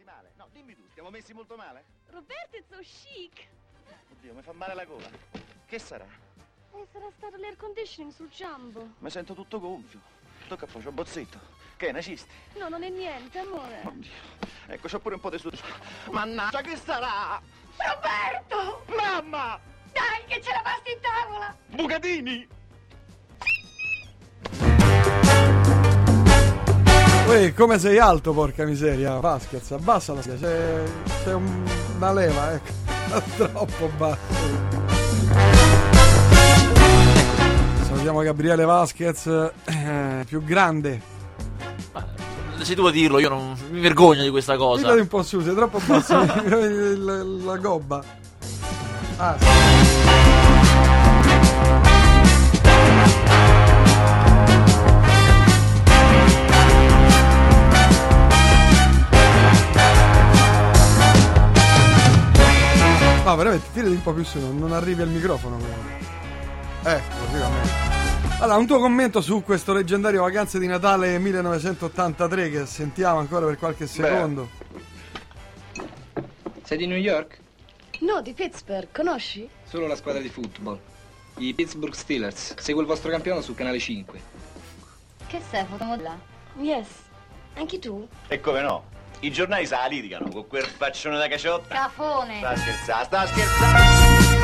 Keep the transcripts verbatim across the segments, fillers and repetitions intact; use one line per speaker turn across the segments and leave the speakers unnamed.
messi male? No, dimmi tu, stiamo messi molto male?
Roberto, è so chic.
Oddio, mi fa male la gola. Che sarà?
Eh, sarà stato l'air conditioning sul Jumbo.
Mi sento tutto gonfio. Tocca poi, c'ho un bozzetto. Che è, una cisti?
No, non è niente, amore.
Oddio. Ecco, c'ho pure un po' di sudo. Mannaggia, che sarà?
Roberto!
Mamma!
Dai, che c'è la pasta in tavola!
Bucatini!
Uè, come sei alto, porca miseria. Vasquez, abbassa la schiena. C'è, c'è un, una leva, ecco. Troppo basso. Salutiamo Gabriele Vasquez, eh, più grande.
Ma, se tu vuoi dirlo, io non mi vergogno di questa cosa.
Tirati un po' su, sei troppo basso. la, la gobba. Ah, sì. No, veramente, tirati un po' più su, non, non arrivi al microfono. Ecco, così va meglio. Allora, un tuo commento su questo leggendario Vacanze di Natale millenovecentottantatré che sentiamo ancora per qualche secondo.
Beh. Sei di New York?
No, di Pittsburgh, conosci?
Solo la squadra di football. I Pittsburgh Steelers. Seguo il vostro campionato su Canale cinque.
Che sei, fotomodella? Yes. Anche tu?
E come no? I giornali se la litigano con quel faccione da caciotta.
Cafone!
Sta scherzando, sta scherzando!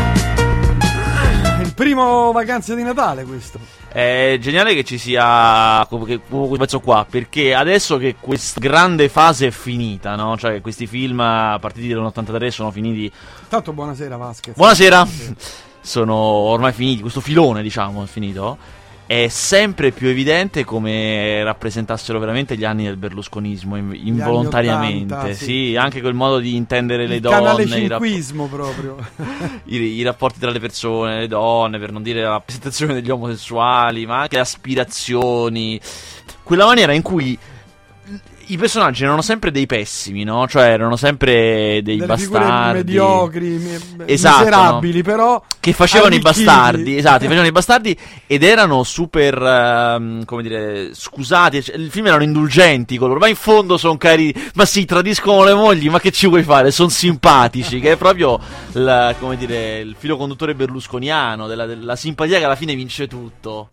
Il primo Vacanze di Natale questo.
È geniale che ci sia questo pezzo qua, perché adesso che questa grande fase è finita, no? Cioè questi film partiti dall'ottantatré sono finiti.
Tanto buonasera Vasquez.
Buonasera. Sì. Sono ormai finiti, questo filone diciamo è finito. È sempre più evidente come rappresentassero veramente gli anni del berlusconismo involontariamente,
ottanta,
sì.
sì,
anche quel modo di intendere
il
le donne,
canale
i, rapp-
proprio.
I, i rapporti tra le persone, le donne, per non dire la rappresentazione degli omosessuali, ma anche le aspirazioni, quella maniera in cui i personaggi erano sempre dei pessimi, no? Cioè erano sempre dei
delle
bastardi
mediocri, mi-
esatto,
miserabili,
no?
però
che facevano i
arricchiti.
bastardi, esatto, facevano i bastardi ed erano super, um, come dire, scusati, cioè, il film erano indulgenti con loro, ma in fondo sono carini, ma sì, tradiscono le mogli, ma che ci vuoi fare? Sono simpatici, che è proprio la, come dire, il filo conduttore berlusconiano, della, della simpatia che alla fine vince tutto.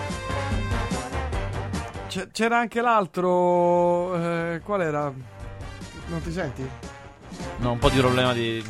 C'era anche l'altro, eh, qual era? Non ti senti?
No, un po' di problema di...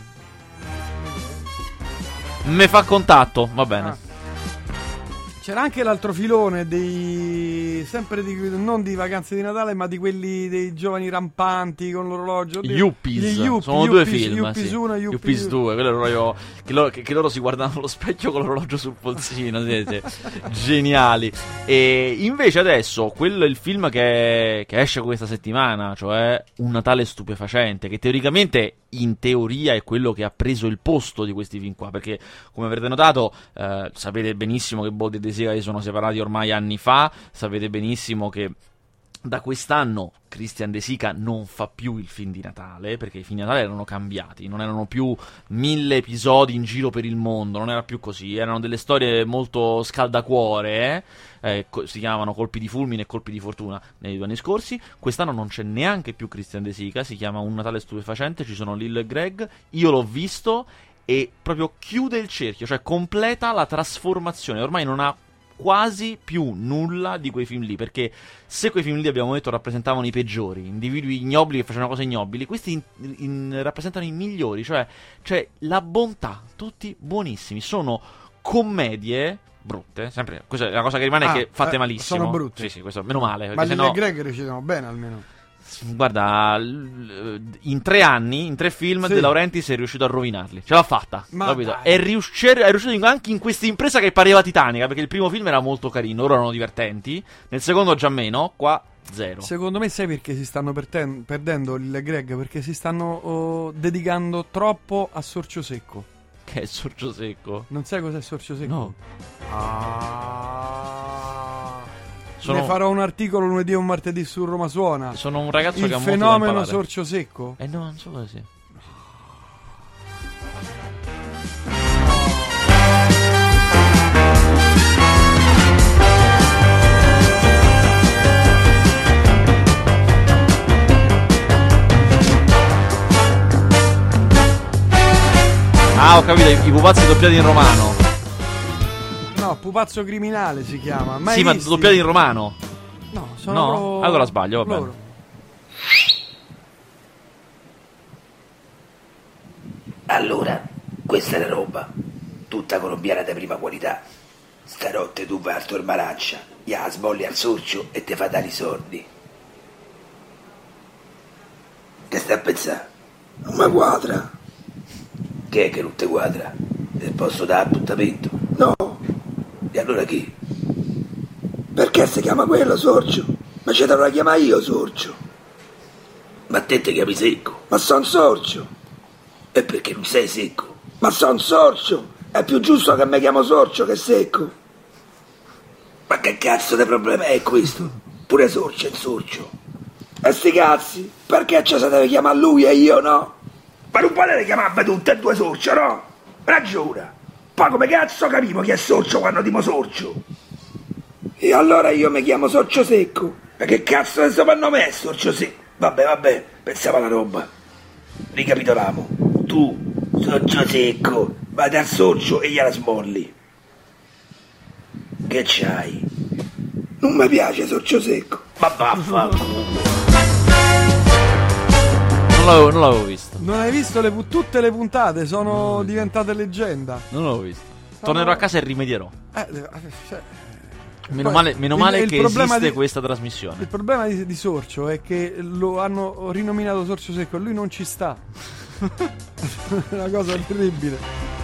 Me fa contatto, va bene.
Ah. C'era anche l'altro filone dei... sempre di... non di Vacanze di Natale, ma di quelli dei giovani rampanti con l'orologio.
Yuppies,
Yuppie,
sono
Yuppies,
due film,
Yuppies
sì.
uno, Yuppies,
Yuppies due, quello era proprio che loro, che, che loro si guardano allo specchio con l'orologio sul polsino, siete geniali. E invece adesso quello è il film che, che esce questa settimana, cioè Un Natale stupefacente, che teoricamente in teoria è quello che ha preso il posto di questi film qua, perché come avrete notato eh, sapete benissimo che Boldi e De Sica si sono separati ormai anni fa, sapete benissimo che da quest'anno Christian De Sica non fa più il film di Natale, perché i film di Natale erano cambiati, non erano più mille episodi in giro per il mondo, non era più così, erano delle storie molto scaldacuore, eh? Eh, co- si chiamavano Colpi di fulmine e Colpi di fortuna nei due anni scorsi. Quest'anno non c'è neanche più Christian De Sica, si chiama Un Natale stupefacente, ci sono Lil e Greg, io l'ho visto e proprio chiude il cerchio, cioè completa la trasformazione, ormai non ha quasi più nulla di quei film lì, perché se quei film lì, abbiamo detto, rappresentavano i peggiori, individui ignobili che facevano cose ignobili, questi in, in, rappresentano i migliori, cioè, cioè la bontà, tutti buonissimi, sono commedie brutte, sempre, questa è la cosa che rimane,
ah,
è che fatte
eh,
malissimo.
sono brutte.
Sì, sì, questo, meno male.
Ma Lil
sennò...
e Greg recitano bene almeno.
Guarda, in tre anni, in tre film,
sì.
De Laurentiis è riuscito a rovinarli. Ce l'ha fatta,
Ma
capito?
dai.
È, riusci- è riuscito anche in questa impresa che pareva titanica, perché il primo film era molto carino, loro erano divertenti, nel secondo già meno, qua zero.
Secondo me sai perché si stanno perten- perdendo Lil e Greg? Perché si stanno oh, dedicando troppo a Sorcio Secco.
Che è Sorcio Secco?
Non sai cos'è Sorcio Secco?
No.
Ah...
Sono...
Ne farò un articolo lunedì e un martedì su Roma Suona.
Sono un ragazzo
Il
che ha molto da
fenomeno
imparare.
Sorcio Secco.
Eh no, non so cosa sia. Ah, ho capito, i, i pupazzi doppiati in romano.
No, Pupazzo Criminale si chiama. Mai
sì,
visti?
ma doppiati in romano.
No, sono
No?
loro...
Allora sbaglio, va
loro.
Allora, questa è la roba, tutta colombiana di prima qualità. Stanotte tu vai al Tormaraccia, gli ha sbolli al sorcio e te fa dare i soldi. Che stai a pensare? Ma quadra. Che è che non te quadra? Te posso dare appuntamento? No. E allora chi? Perché si chiama quello sorcio? Ma ce dovrò chiamare io sorcio. Ma te ti chiami secco? Ma son sorcio. E perché non sei secco? Ma son sorcio. È più giusto che mi chiamo sorcio che secco. Ma che cazzo di problema è questo? Pure sorcio è sorcio. E sti cazzi, perché ci si deve chiamare lui e io no? Ma non potete chiamarvi tutte e due sorcio, no? Ragiona. Poi come cazzo capiamo chi è sorcio quando dimo sorcio? E allora io mi chiamo sorcio secco. Ma che cazzo di soprannome è sorcio secco? Vabbè, vabbè, pensavo alla roba. Ricapitoliamo. Tu, sorcio secco, vai dal sorcio e gliela smolli. Che c'hai? Non mi piace sorcio secco. Ma vaffanculo.
Non l'avevo, non l'avevo visto.
Non hai visto le pu- tutte le puntate? Sono diventate leggenda.
Non l'avevo visto. Tornerò a casa e rimedierò.
Eh, cioè,
Meno
poi,
male, meno
il-
mè
il
che
problema
esiste
di-
questa trasmissione.
Il problema di, di Sorcio è che lo hanno rinominato Sorcio Secco e lui non ci sta. È una cosa terribile.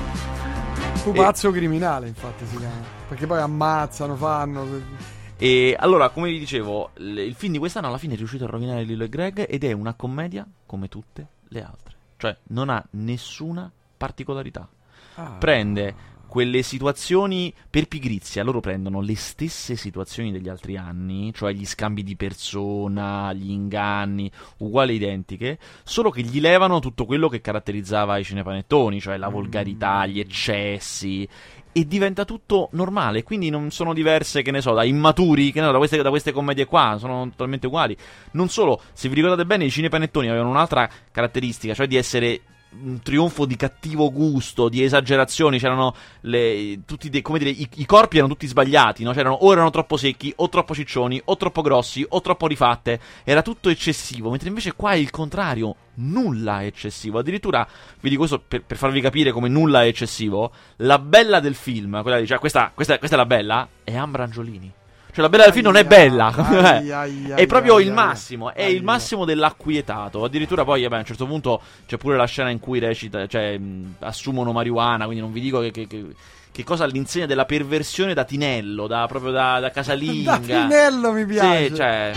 Pupazzo criminale, infatti si chiama. Perché poi ammazzano, fanno.
E allora, come vi dicevo, l- il film di quest'anno alla fine è riuscito a rovinare Lilo e Greg ed è una commedia come tutte le altre. Cioè, non ha nessuna particolarità.
Ah.
Prende quelle situazioni per pigrizia, loro prendono le stesse situazioni degli altri anni, cioè gli scambi di persona, gli inganni, uguali identiche, solo che gli levano tutto quello che caratterizzava i cinepanettoni, cioè la volgarità, gli eccessi, e diventa tutto normale, quindi non sono diverse, che ne so, da Immaturi, che ne so, da queste, da queste commedie qua, sono totalmente uguali. Non solo, se vi ricordate bene, i cinepanettoni avevano un'altra caratteristica, cioè di essere un trionfo di cattivo gusto, di esagerazioni, c'erano le, tutti dei, come dire, i, i corpi erano tutti sbagliati, no? C'erano, o erano troppo secchi, o troppo ciccioni, o troppo grossi, o troppo rifatte, era tutto eccessivo, mentre invece qua è il contrario, nulla è eccessivo, addirittura, vi dico questo per, per farvi capire come nulla è eccessivo, la bella del film, quella di, cioè questa, questa, questa è la bella, è Ambra Angiolini. Cioè la bella del film non è bella,
ai, ai,
è proprio
ai,
il
ai,
massimo, è
ai,
il massimo dell'acquietato. Addirittura poi, vabbè, a un certo punto c'è pure la scena in cui recita, cioè mh, assumono marijuana, quindi non vi dico che, che, che, che cosa all'insegna della perversione da tinello, da proprio da, da casalinga.
Da tinello mi piace.
Sì, cioè.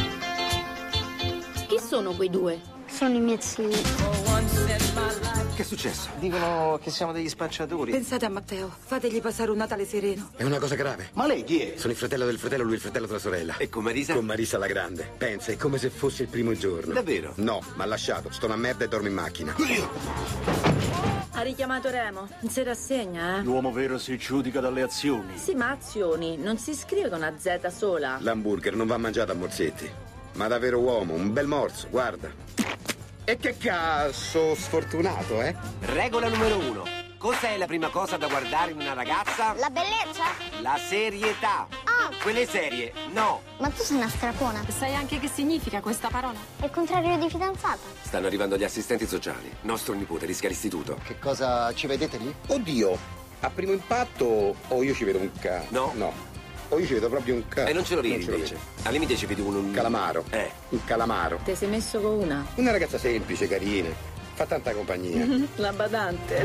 Chi sono quei due?
Sono i miei zii.
Che è successo?
Dicono che siamo degli spacciatori.
Pensate a Matteo, fategli passare un Natale sereno.
È una cosa grave.
Ma lei chi è?
Sono il fratello del fratello, lui il fratello della sorella.
E con Marisa?
Con Marisa la grande. Pensa, è come se fosse il primo giorno.
Davvero?
No, m'ha lasciato. Sto una merda e dormo in macchina.
Ha richiamato Remo, non si rassegna, eh?
L'uomo vero si giudica dalle azioni.
Sì, ma azioni, non si scrive con una Z sola.
L'hamburger non va mangiato a morsetti. Ma davvero uomo, un bel morso, guarda. E che cazzo sfortunato, eh?
Regola numero uno. Cos'è la prima cosa da guardare in una ragazza?
La bellezza?
La serietà.
Ah!
Quelle serie, no.
Ma tu sei una strapona.
Sai anche che significa questa parola?
È il contrario di fidanzata.
Stanno arrivando gli assistenti sociali. Nostro nipote rischia l'istituto.
Che cosa ci vedete lì? Oddio, a primo impatto o io ci vedo un ca...
No.
No. O io ci vedo proprio un ca...
E non ce lo vedi
ce lo
invece.
vedo.
Al limite ci vedi un...
Un calamaro.
Eh.
Un calamaro.
Ti sei messo con una?
Una ragazza semplice, carina. Fa tanta compagnia.
La badante.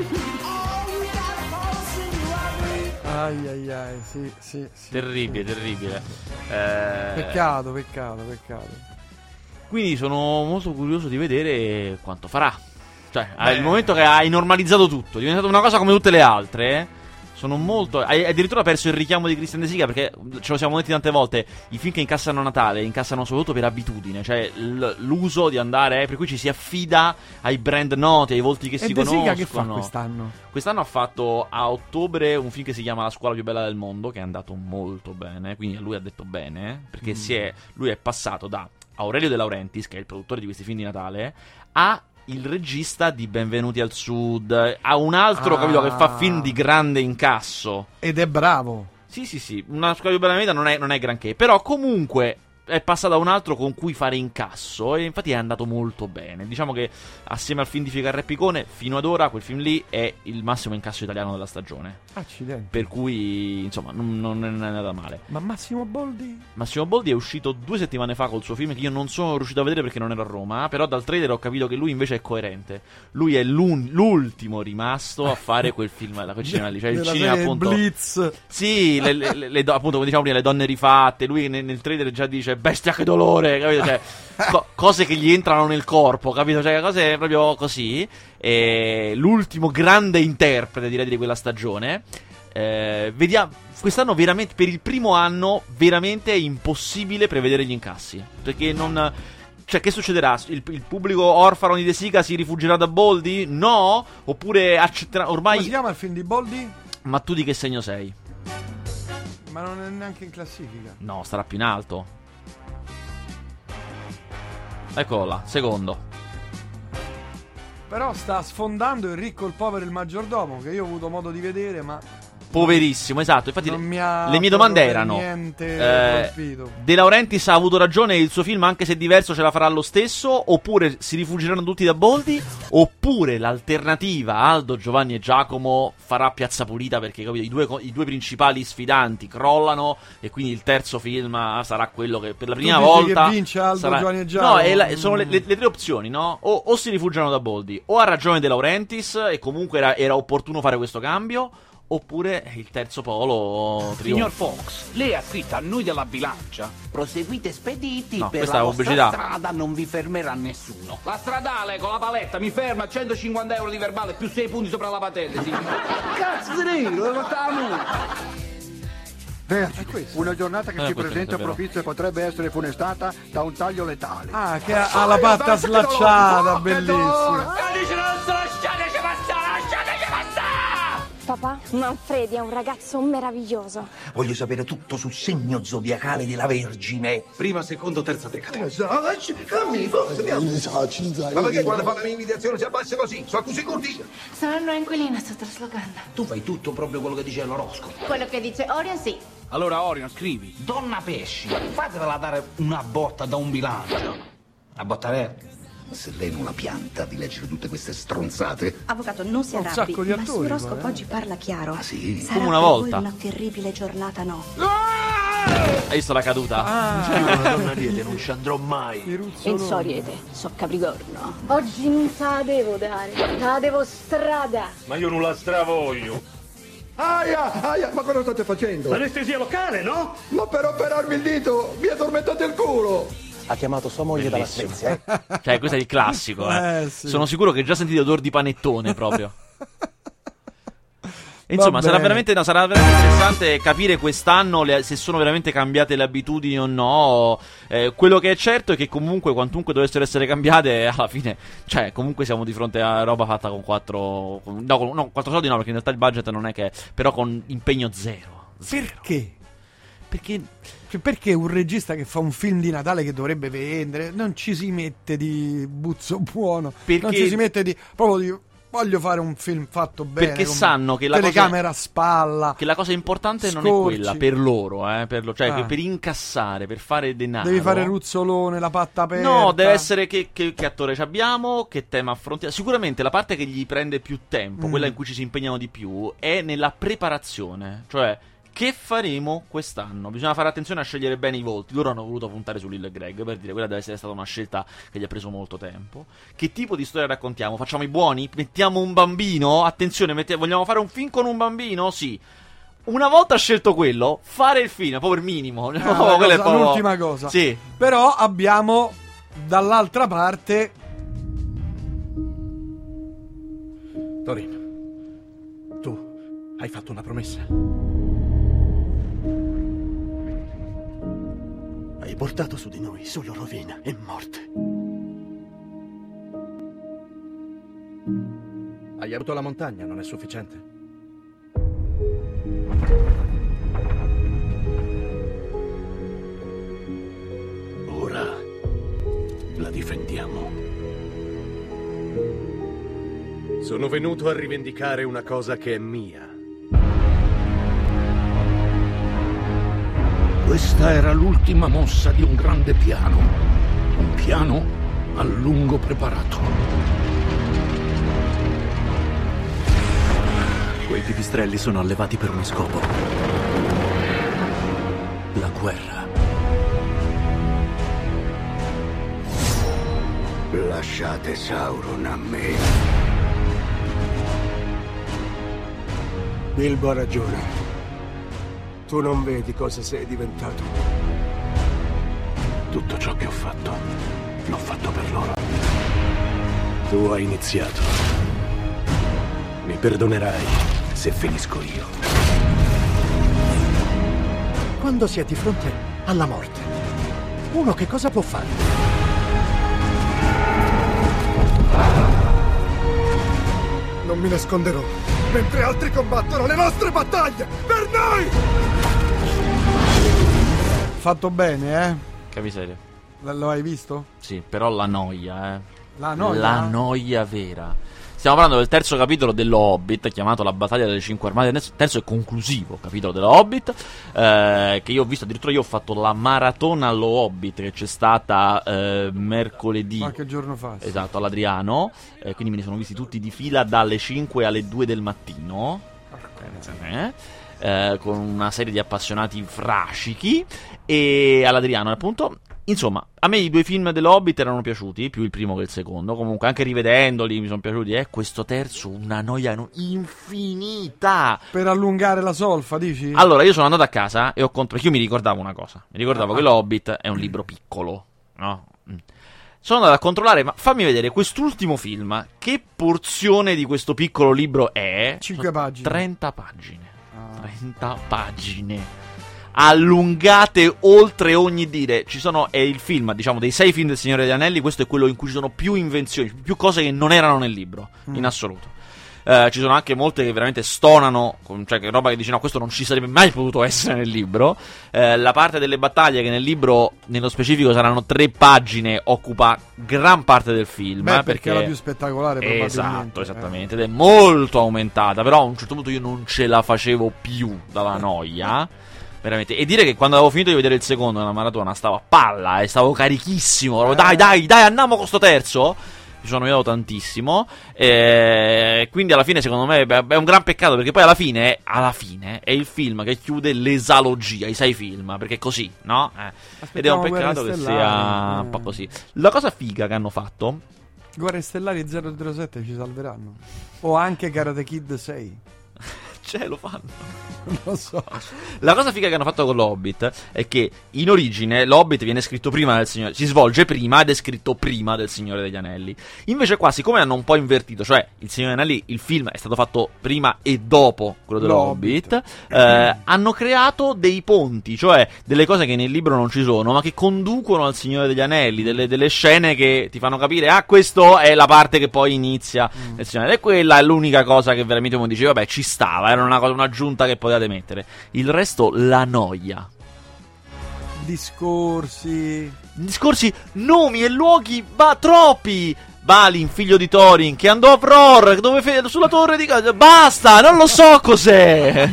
Ai ai ai, sì, sì, sì.
Terribile,
sì.
terribile. Eh,
Peccato, peccato, peccato.
Quindi sono molto curioso di vedere quanto farà. Cioè,
Beh.
al momento che hai normalizzato tutto, è diventato una cosa come tutte le altre, eh. Sono molto. Hai addirittura perso il richiamo di Christian De Sica, perché ce lo siamo detti tante volte. I film che incassano a Natale incassano soprattutto per abitudine, cioè l- l'uso di andare, eh, per cui ci si affida ai brand noti, ai volti che
E
si
De
conoscono.
Sica che fa quest'anno?
Quest'anno ha fatto a ottobre un film che si chiama La scuola più bella del mondo, che è andato molto bene, quindi a lui ha detto bene, perché
Mm.
si è, lui è passato da Aurelio De Laurentiis, che è il produttore di questi film di Natale, a il regista di Benvenuti al Sud. Ha un altro,
Ah.
capito, che fa film di grande incasso.
Ed è bravo.
Sì, sì, sì, una scuola bella vita non è, non è granché, però comunque è passato a un altro con cui fare incasso e infatti è andato molto bene. Diciamo che assieme al film di Ficarra e Picone, fino ad ora quel film lì è il massimo incasso italiano della stagione.
Accidenti.
Per cui, insomma, non, non è andata male.
Ma Massimo Boldi?
Massimo Boldi è uscito due settimane fa col suo film che io non sono riuscito a vedere perché non ero a Roma, però dal trailer ho capito che lui invece è coerente. Lui è l'un- l'ultimo rimasto a fare quel film, da quel cinema lì. Cioè il
Della
cinema
serie
appunto...
Blitz.
Sì, le, le, le, le do- appunto come diciamo prima, le donne rifatte. Lui nel, nel trailer già dice bestia che dolore, capito? Cioè, co- cose che gli entrano nel corpo, capito? Cioè cose proprio così. E l'ultimo grande interprete, direi, di quella stagione. Eh, vediamo, quest'anno veramente, per il primo anno, veramente è impossibile prevedere gli incassi. Perché non... Cioè, che succederà? Il, il pubblico orfano di De Sica si rifugierà da Boldi? No? Oppure accetterà... Ormai...
Come si chiama il film di Boldi?
Ma tu di che segno sei?
Ma non è neanche in classifica.
No, starà più in alto. Eccolo là, secondo.
Però sta sfondando Il ricco, il povero e il maggiordomo, che io ho avuto modo di vedere, ma
Poverissimo, esatto. Infatti
non
le,
mi ha
le mie domande
proprio per
erano
niente
eh,
colpito.
De Laurentiis ha avuto ragione, il suo film anche se diverso ce la farà lo stesso, oppure si rifugieranno tutti da Boldi, oppure l'alternativa Aldo, Giovanni e Giacomo farà Piazza Pulita perché, capito, i due, i due principali sfidanti crollano e quindi il terzo film sarà quello che per la prima
Tu dici
volta
che vince Aldo,
sarà...
Giovanni e Giacomo?
No, è la- sono le, le- le tre opzioni, no? O, o si rifugiano da Boldi, o ha ragione De Laurentiis e comunque era, era opportuno fare questo cambio, oppure il terzo polo
Signor
trionfa.
Fox, lei ha scritto a noi della bilancia.
Proseguite spediti,
No,
per
questa
la
è
vostra
pubblicità.
strada non vi fermerà nessuno.
La stradale con la paletta mi ferma a centocinquanta euro di verbale più sei punti sopra la patente, sì. Cazzo di nero, dove stavamo?
Vergine, una giornata che
Eh,
si
questo
presenta
è vero.
propizia e potrebbe essere funestata da un taglio letale.
Ah, che ha, ha la patta slacciata, bellissima.
Papà, Manfredi è un ragazzo meraviglioso.
Voglio sapere tutto sul segno zodiacale della Vergine.
Prima, secondo, terza decade.
Cammi, forse, ma perché quando fa la mia imitazione si abbassa così? Sono così cortina.
Sono una inquilina, sto traslocando.
Tu fai tutto proprio quello che dice l'oroscopo.
Quello che dice Orion sì.
Allora, Orion, scrivi.
Donna Pesci, fatevela dare una botta da un bilancio. Una botta vera?
Se lei non la pianta di leggere tutte queste stronzate.
Avvocato, non si
Un
arrabbi,
sacco di
ma
attori,
sull'oroscopo
poi, eh.
oggi parla chiaro.
Ah, sì?
Sarà
Come una
per
volta.
voi una terribile giornata, no?
Hai visto la caduta?
Ah,
Una donna diete non ci andrò mai.
i
Il
ruzzoloni.
Soriete, so Capricorno.
Oggi non te la devo dare, te la devo strada.
Ma io non la stravoglio.
Aia, aia, ma cosa state facendo?
L'anestesia locale, no?
Ma per operarmi il dito, mi addormentate il culo!
Ha chiamato sua moglie dalla Svezia. eh?
Cioè, questo è il classico, eh.
Eh, sì.
Sono sicuro che già sentite odor di panettone proprio. E insomma,
Va
sarà
bene.
veramente, no, sarà veramente interessante capire quest'anno le- se sono veramente cambiate le abitudini o no. Eh, quello che è certo è che comunque, quantunque dovessero essere cambiate, alla fine, cioè, comunque siamo di fronte a roba fatta con quattro. con- no, con, no, quattro soldi no, perché in realtà il budget non è che. Però con impegno zero. Zero.
Perché?
Perché.
Cioè, perché un regista che fa un film di Natale che dovrebbe vendere non ci si mette di buzzo buono?
Perché-
Non ci si mette di proprio di voglio fare un film fatto bene.
Perché
con
sanno che la
telecamera
cosa,
a spalla.
che la cosa importante non è
Scorci.
quella per loro, eh, per lo- cioè
Ah.
che per incassare, per fare denaro.
Devi fare Ruzzolone, la patta aperta.
No, deve essere che, che, che attore ci abbiamo, che tema affrontiamo. Sicuramente la parte che gli prende più tempo,
Mm.
quella in cui ci si impegnano di più, è nella preparazione. Cioè, che faremo quest'anno? Bisogna fare attenzione a scegliere bene i volti. Loro hanno voluto puntare su Lil e Greg, per dire, quella deve essere stata una scelta che gli ha preso molto tempo. Che tipo di storia raccontiamo? Facciamo i buoni? Mettiamo un bambino? Attenzione, metti- vogliamo fare un film con un bambino? Sì. Una volta scelto quello, fare il film, è proprio il minimo.
Ah,
No,
la
quello è
cosa-
proprio-
l'ultima cosa.
Sì.
Però abbiamo dall'altra parte
Torin, tu hai fatto una promessa. Hai portato su di noi solo rovina e morte. Hai avuto la montagna, non è sufficiente?
Ora la difendiamo.
Sono venuto a rivendicare una cosa che è mia.
Questa era l'ultima mossa di un grande piano. Un piano a lungo preparato.
Quei pipistrelli sono allevati per uno scopo. La guerra.
Lasciate Sauron a me.
Bilbo ha ragione. Tu non vedi cosa sei diventato.
Tutto ciò che ho fatto, l'ho fatto per loro. Tu hai iniziato. Mi perdonerai se finisco io.
Quando si è di fronte alla morte, uno che cosa può fare?
Non mi nasconderò, mentre altri combattono le nostre battaglie per noi!
Fatto bene, eh?
Che miseria.
L- lo hai visto?
Sì, però la noia, eh.
La noia?
La noia vera. Stiamo parlando del terzo capitolo dello Hobbit, chiamato La battaglia delle cinque armate, il terzo e conclusivo capitolo dello Hobbit, eh, che io ho visto, addirittura io ho fatto la maratona allo Hobbit, che c'è stata eh, mercoledì.
Qualche giorno fa. Sì.
Esatto, all'Adriano, eh, quindi me li sono visti tutti di fila dalle cinque alle due del mattino, eh, eh, con una serie di appassionati frascichi, e all'Adriano appunto. Insomma, a me i due film dello Hobbit erano piaciuti, più il primo che il secondo. Comunque, anche rivedendoli mi sono piaciuti. E eh, questo terzo, una noia no- infinita.
Per allungare la solfa, dici?
Allora, io sono andato a casa e ho contato. Perché io mi ricordavo una cosa. Mi ricordavo ah, che lo Hobbit è un libro piccolo, no? Sono andato a controllare, ma fammi vedere quest'ultimo film. Che porzione di questo piccolo libro è?
cinque pagine.
trenta pagine. Ah. trenta pagine. Allungate oltre ogni dire. Ci sono, è il film, diciamo, dei sei film del Signore degli Anelli, questo è quello in cui ci sono più invenzioni, più cose che non erano nel libro, mm. in assoluto. Uh, ci sono anche molte che veramente stonano, cioè che roba che dici no, questo non ci sarebbe mai potuto essere nel libro. Uh, la parte delle battaglie che nel libro, nello specifico, saranno tre pagine, occupa gran parte del film.
Beh,
eh,
perché,
perché
è la più spettacolare, probabilmente.
Esatto, esattamente, eh. Ed è molto aumentata, però a un certo punto io non ce la facevo più dalla noia. Veramente. E dire che quando avevo finito di vedere il secondo nella maratona stavo a palla e eh, stavo carichissimo. Eh. Dai, dai, dai, andiamo con sto terzo. Mi sono annoiato tantissimo. E quindi alla fine, secondo me, è un gran peccato. Perché poi alla fine, alla fine, è il film che chiude l'esalogia, i sei film. Perché è così, no? Eh. Ed è un peccato che sia eh. un po' così. La cosa figa che hanno fatto.
Guerre Stellari zero zero sette ci salveranno. O anche Karate Kid sei.
Cioè, lo fanno.
Non lo so.
La cosa figa che hanno fatto con l'Hobbit è che in origine l'Hobbit viene scritto prima del Signore, si svolge prima ed è scritto prima del Signore degli Anelli. Invece qua, siccome hanno un po' invertito, cioè il Signore degli Anelli, il film è stato fatto prima e dopo quello dell'Hobbit, eh, hanno creato dei ponti, cioè delle cose che nel libro non ci sono, ma che conducono al Signore degli Anelli, delle, delle scene che ti fanno capire, ah, questa è la parte che poi inizia mm. nel Signore, e quella è l'unica cosa che veramente uno dice, vabbè, ci stava, era una cosa, un'aggiunta che potevate mettere. Il resto, la noia.
Discorsi.
Discorsi, nomi e luoghi, ma troppi. Balin, figlio di Thorin, che andò a Bror, dove fe- sulla torre di casa. Basta, non lo so cos'è.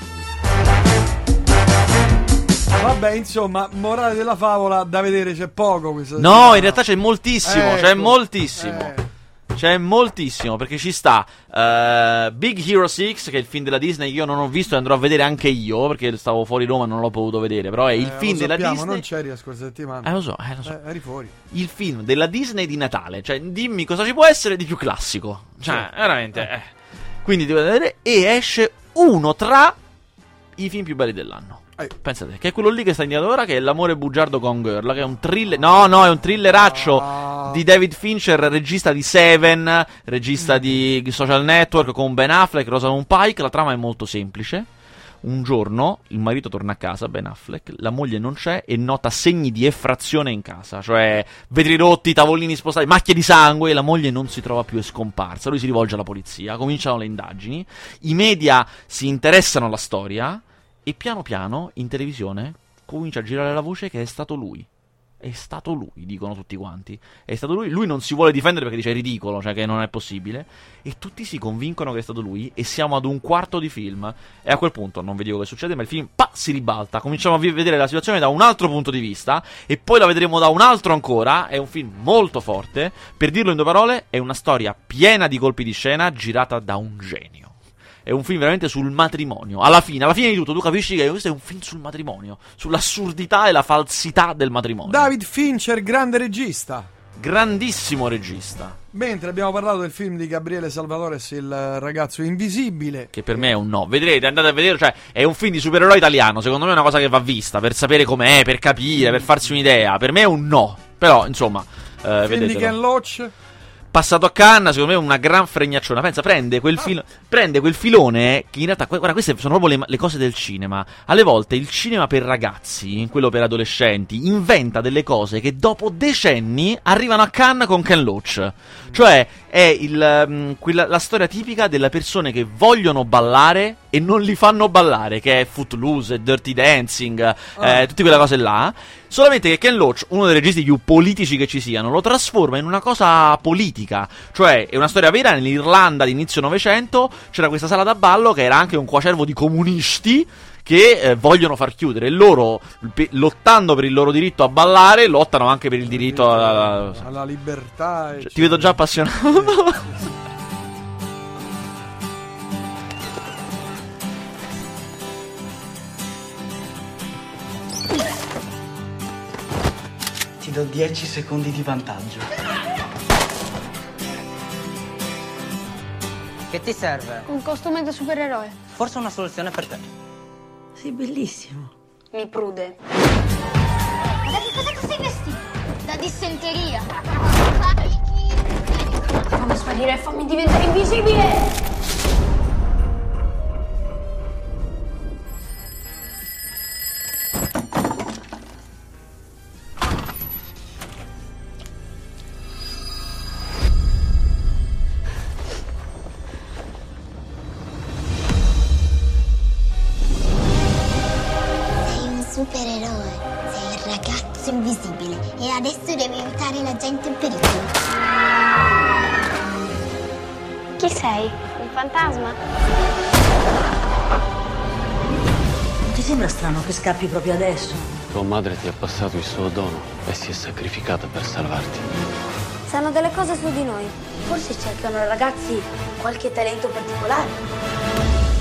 Vabbè, insomma, morale della favola, da vedere c'è poco questa
No,
settimana.
in realtà c'è moltissimo,
ecco,
c'è moltissimo.
Eh.
C'è moltissimo, perché ci sta uh, Big Hero sei, che è il film della Disney che io non ho visto e andrò a vedere anche io, perché stavo fuori Roma e non l'ho potuto vedere, però è il
eh,
film
lo
della
sappiamo,
Disney.
non c'eri la scorsa settimana.
Eh lo so, eh lo so.
Eh, eri fuori.
Il film della Disney di Natale, cioè dimmi cosa ci può essere di più classico. Cioè, sì. veramente eh. Eh. Quindi devo vedere, e esce uno tra i film più belli dell'anno. Eh. Pensate, che è quello lì che sta iniziando ora, che è L'amore bugiardo con Girl, che è un thriller. No, no, è un thrilleraccio ah. di David Fincher, regista di Seven, regista mm. di Social Network, con Ben Affleck, Rosamund Pike. La trama è molto semplice. Un giorno il marito torna a casa, Ben Affleck, la moglie non c'è e nota segni di effrazione in casa, cioè vetri rotti, tavolini spostati, macchie di sangue, e la moglie non si trova più, è scomparsa. Lui si rivolge alla polizia, cominciano le indagini, i media si interessano alla storia. E piano piano, in televisione, comincia a girare la voce che è stato lui. È stato lui, dicono tutti quanti. È stato lui. Lui non si vuole difendere perché dice è ridicolo, cioè che non è possibile. E tutti si convincono che è stato lui. E siamo ad un quarto di film. E a quel punto non vi dico che succede, ma il film pa, si ribalta. Cominciamo a vedere la situazione da un altro punto di vista. E poi la vedremo da un altro ancora. È un film molto forte. Per dirlo in due parole, è una storia piena di colpi di scena girata da un genio. È un film veramente sul matrimonio. Alla fine, alla fine di tutto, tu capisci che questo è un film sul matrimonio, sull'assurdità e la falsità del matrimonio.
David Fincher, grande regista.
Grandissimo regista.
Mentre abbiamo parlato del film di Gabriele Salvatores, Il ragazzo invisibile.
Che per me è un no. Vedrete, andate a vedere, cioè, è un film di supereroe italiano. Secondo me è una cosa che va vista, per sapere com'è, per capire, per farsi un'idea. Per me è un no. Però, insomma, eh,
film di Ken Loach.
Passato a Cannes, secondo me è una gran fregnacciona. Pensa, prende quel, filo- prende quel filone che in realtà, guarda, queste sono proprio le, le cose del cinema. Alle volte il cinema per ragazzi, quello per adolescenti, inventa delle cose che dopo decenni arrivano a Cannes con Ken Loach. Cioè è il, um, quella, la storia tipica delle persone che vogliono ballare e non li fanno ballare, che è Footloose, Dirty Dancing,
ah.
eh, tutte quelle cose là. Solamente che Ken Loach, uno dei registi più politici che ci siano, lo trasforma in una cosa politica. Cioè è una storia vera. Nell'Irlanda di inizio Novecento c'era questa sala da ballo che era anche un coacervo di comunisti che eh, vogliono far chiudere. E loro, pe- lottando per il loro diritto a ballare, lottano anche per il diritto alla,
alla libertà.
Cioè, ti vedo già appassionato.
Ti do dieci secondi di vantaggio.
Che ti serve?
Un costume da supereroe.
Forse una soluzione per te.
Sei bellissimo.
Mi prude. Ma da che cosa ti sei vestito? Da dissenteria. Fammi sparire e fammi diventare invisibile.
Supereroe, sei il ragazzo invisibile e adesso devi aiutare la gente in pericolo.
Chi sei? Un fantasma?
Non ti sembra strano che scappi proprio adesso?
Tua madre ti ha passato il suo dono e si è sacrificata per salvarti.
Sanno delle cose su di noi. Forse cercano ragazzi qualche talento particolare.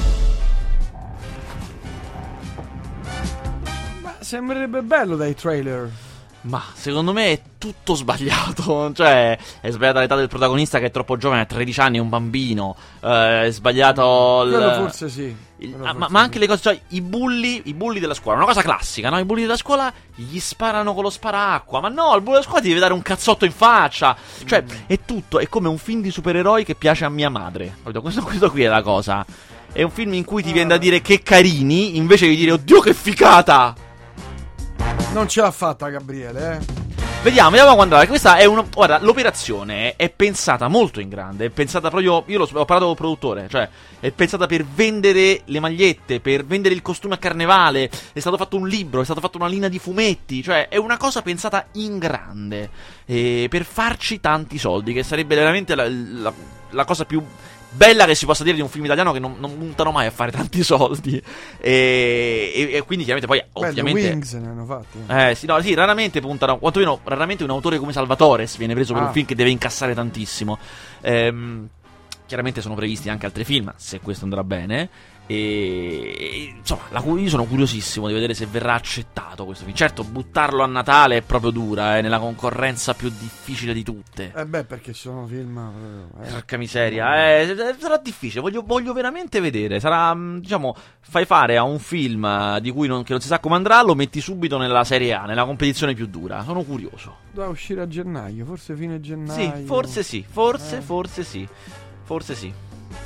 Sembrerebbe bello dai trailer.
Ma secondo me è tutto sbagliato. Cioè è sbagliata l'età del protagonista che è troppo giovane, ha tredici anni, è un bambino. eh, È sbagliato l...
Quello forse sì
il...
Quello
ah,
forse
ma, ma anche
sì.
le cose, cioè i bulli I bulli della scuola, una cosa classica, no? I bulli della scuola gli sparano con lo sparaacqua. Ma no, il bullo della scuola ti deve dare un cazzotto in faccia. Cioè mm. è tutto, è come un film di supereroi che piace a mia madre. Questo, questo qui è la cosa. È un film in cui ti viene da dire che carini, invece di dire oddio che ficata.
Non ce l'ha fatta Gabriele, eh.
Vediamo, vediamo quando andrà. Questa è una. Guarda, l'operazione è pensata molto in grande. È pensata proprio. Io l'ho, ho parlato con il produttore. Cioè, è pensata per vendere le magliette, per vendere il costume a carnevale. È stato fatto un libro, è stata fatta una linea di fumetti. Cioè, è una cosa pensata in grande. E per farci tanti soldi. Che sarebbe veramente la, la, la cosa più bella che si possa dire di un film italiano, che non, non puntano mai a fare tanti soldi. E, e, e quindi chiaramente poi
Beh,
ovviamente
The Wings ne hanno fatti.
Eh sì, no, sì, raramente puntano, quantomeno raramente un autore come Salvatores viene preso per
Ah.
un film che deve incassare tantissimo. Ehm, chiaramente sono previsti anche altri film, se questo andrà bene. E, e insomma, la, io sono curiosissimo di vedere se verrà accettato questo film. Certo, buttarlo a Natale è proprio dura, eh, nella concorrenza più difficile di tutte.
Eh beh, perché ci sono film eh.
Porca miseria, eh, sarà difficile, voglio, voglio veramente vedere. Sarà, diciamo, fai fare a un film di cui non, che non si sa come andrà, lo metti subito nella Serie A, nella competizione più dura. Sono curioso.
Doveva uscire a gennaio, forse fine gennaio.
Sì, forse sì, forse,
Eh.
forse sì, forse sì.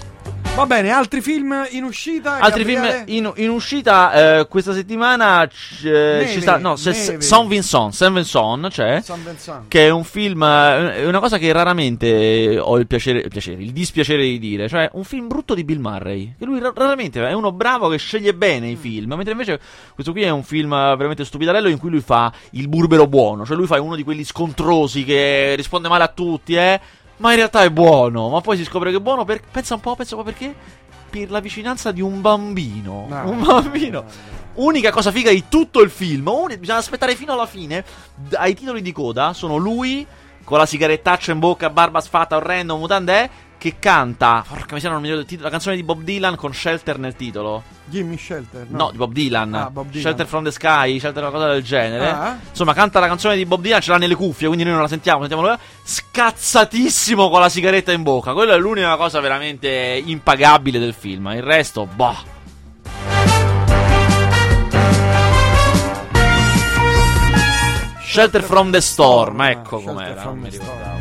Va bene, altri film in uscita?
Altri
Gabriele?
film in, in uscita eh, questa settimana c- eh, ci sta, no, se- se- Saint Vincent, Saint Vincent, cioè,
Saint Vincent.
che è un film, eh, è una cosa che raramente ho il piacere, il piacere, il dispiacere di dire, cioè un film brutto di Bill Murray, che lui ra- raramente è uno bravo che sceglie bene i film, mentre invece questo qui è un film veramente stupidarello in cui lui fa il burbero buono, cioè lui fa uno di quelli scontrosi che risponde male a tutti, eh. Ma in realtà è buono, ma poi si scopre che è buono per... Pensa un po', pensa un po' perché? Per la vicinanza di un bambino.
No,
un bambino. No, no, no. Unica cosa figa di tutto il film. Un... Bisogna aspettare fino alla fine. D- ai titoli di coda sono lui con la sigarettaccia in bocca, barba sfatta, orrendo, mutandè, che canta. Porca miseria, non mi ricordo il titolo. La canzone di Bob Dylan con Shelter nel titolo.
Gimme Shelter? No,
no di Bob Dylan.
Ah, Bob Dylan.
Shelter from the Sky, Shelter una cosa del genere.
Ah.
Insomma, canta la canzone di Bob Dylan, ce l'ha nelle cuffie, quindi noi non la sentiamo, sentiamo scazzatissimo con la sigaretta in bocca. Quella è l'unica cosa veramente impagabile del film. Il resto, boh. Shelter from the Storm, ecco
Shelter
com'era.
from
Non mi
the
ricordavo.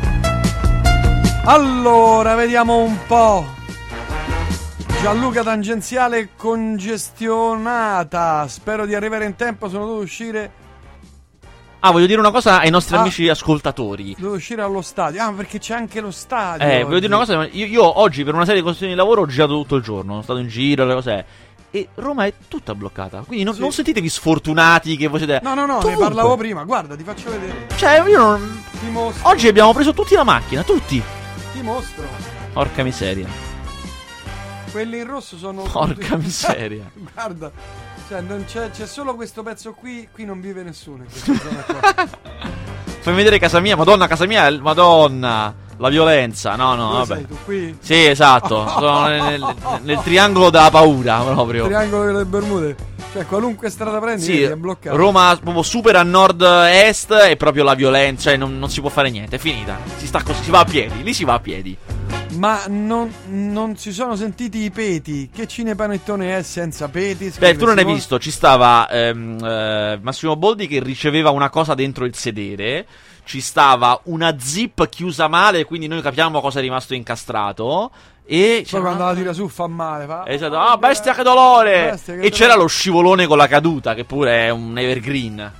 Allora, vediamo un po'. Gianluca tangenziale congestionata. Spero di arrivare in tempo, sono dovuto uscire.
Ah, voglio dire una cosa ai nostri
Ah.
amici ascoltatori.
Devo uscire allo stadio. Ah, perché c'è anche lo stadio.
Eh,
oggi.
voglio dire una cosa. Io, io oggi, per una serie di questioni di lavoro, ho girato tutto il giorno. Sono stato in giro, le cose. E Roma è tutta bloccata. Quindi non,
Sì.
non sentitevi sfortunati che voi siete.
No, no, no,
Dovunque.
ne parlavo prima. Guarda, ti faccio vedere.
Cioè, io non.
Ti mostro.
Oggi abbiamo preso tutti la macchina, tutti.
Ti mostro.
Porca miseria.
Quelli in rosso sono.
Porca miseria.
Guarda. Cioè, non c'è, c'è solo questo pezzo qui. Qui non vive nessuno. In questa zona qua.
Fammi vedere casa mia. Madonna, casa mia. è- Madonna. La violenza. No, no,
Dove
vabbè.
sei tu? Qui?
Sì, esatto. Sono nel, nel- nel triangolo della paura proprio.
Triangolo delle Bermude. Cioè, qualunque strada prendi
Sì,
è bloccato.
Roma proprio super a nord-est è proprio la violenza, cioè non, non si può fare niente, è finita. Si sta così, si va a piedi, lì si va a piedi.
Ma non, non si sono sentiti i peti. Che cinepanettone è senza peti?
Beh, tu non hai
Simone?
visto, ci stava ehm, eh, Massimo Boldi che riceveva una cosa dentro il sedere, ci stava una zip chiusa male, quindi noi capiamo cosa è rimasto incastrato. E
Poi quando la tira su fa male. Fa...
Esatto, ah, bestia che dolore!
Bestia che
e
dolore.
c'era lo scivolone con la caduta, che pure è un evergreen.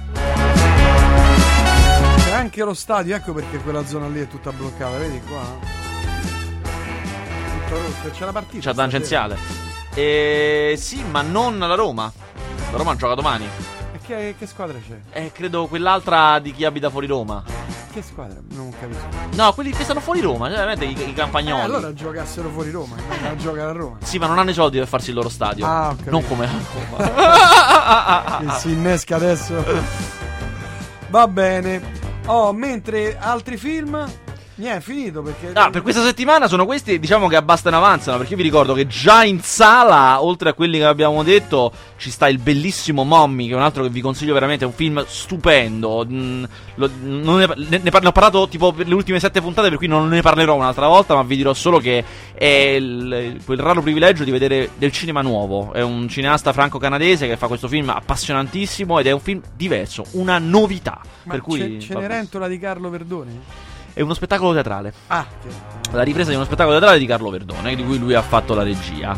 C'è anche lo stadio, ecco perché quella zona lì è tutta bloccata, vedi qua? Tutto rosso, c'è la partita.
C'è tangenziale. E sì, ma non la Roma. La Roma gioca domani.
E che, che squadra c'è?
Eh, credo quell'altra di chi abita fuori Roma.
Che squadra? Non capisco.
No, quelli che stanno fuori Roma, cioè veramente i, i
Eh,
campagnoli.
allora giocassero fuori Roma, non giocare a Roma.
Sì, ma non hanno i soldi per farsi il loro stadio.
Ah, ho capito.
Non come la Roma.
Che si innesca adesso. Va bene. Oh, mentre altri film. Niente, è finito perché.
Ah, per questa settimana sono questi, diciamo che abbastano avanzano, perché io vi ricordo che già in sala, oltre a quelli che abbiamo detto, ci sta il bellissimo Mommy, che è un altro che vi consiglio veramente, è un film stupendo. Mm, lo- non ne, ne, ne par- ne ho parlato tipo per le ultime sette puntate, per cui non ne parlerò un'altra volta, ma vi dirò solo che è il- quel raro privilegio di vedere del cinema nuovo. È un cineasta franco-canadese che fa questo film appassionantissimo ed è un film diverso, una novità.
Ma
per cui
Ce-
va visto.
Cenerentola di Carlo Verdoni?
È uno spettacolo teatrale.
Ah, che...
La ripresa di uno spettacolo teatrale di Carlo Verdone, di cui lui ha fatto la regia.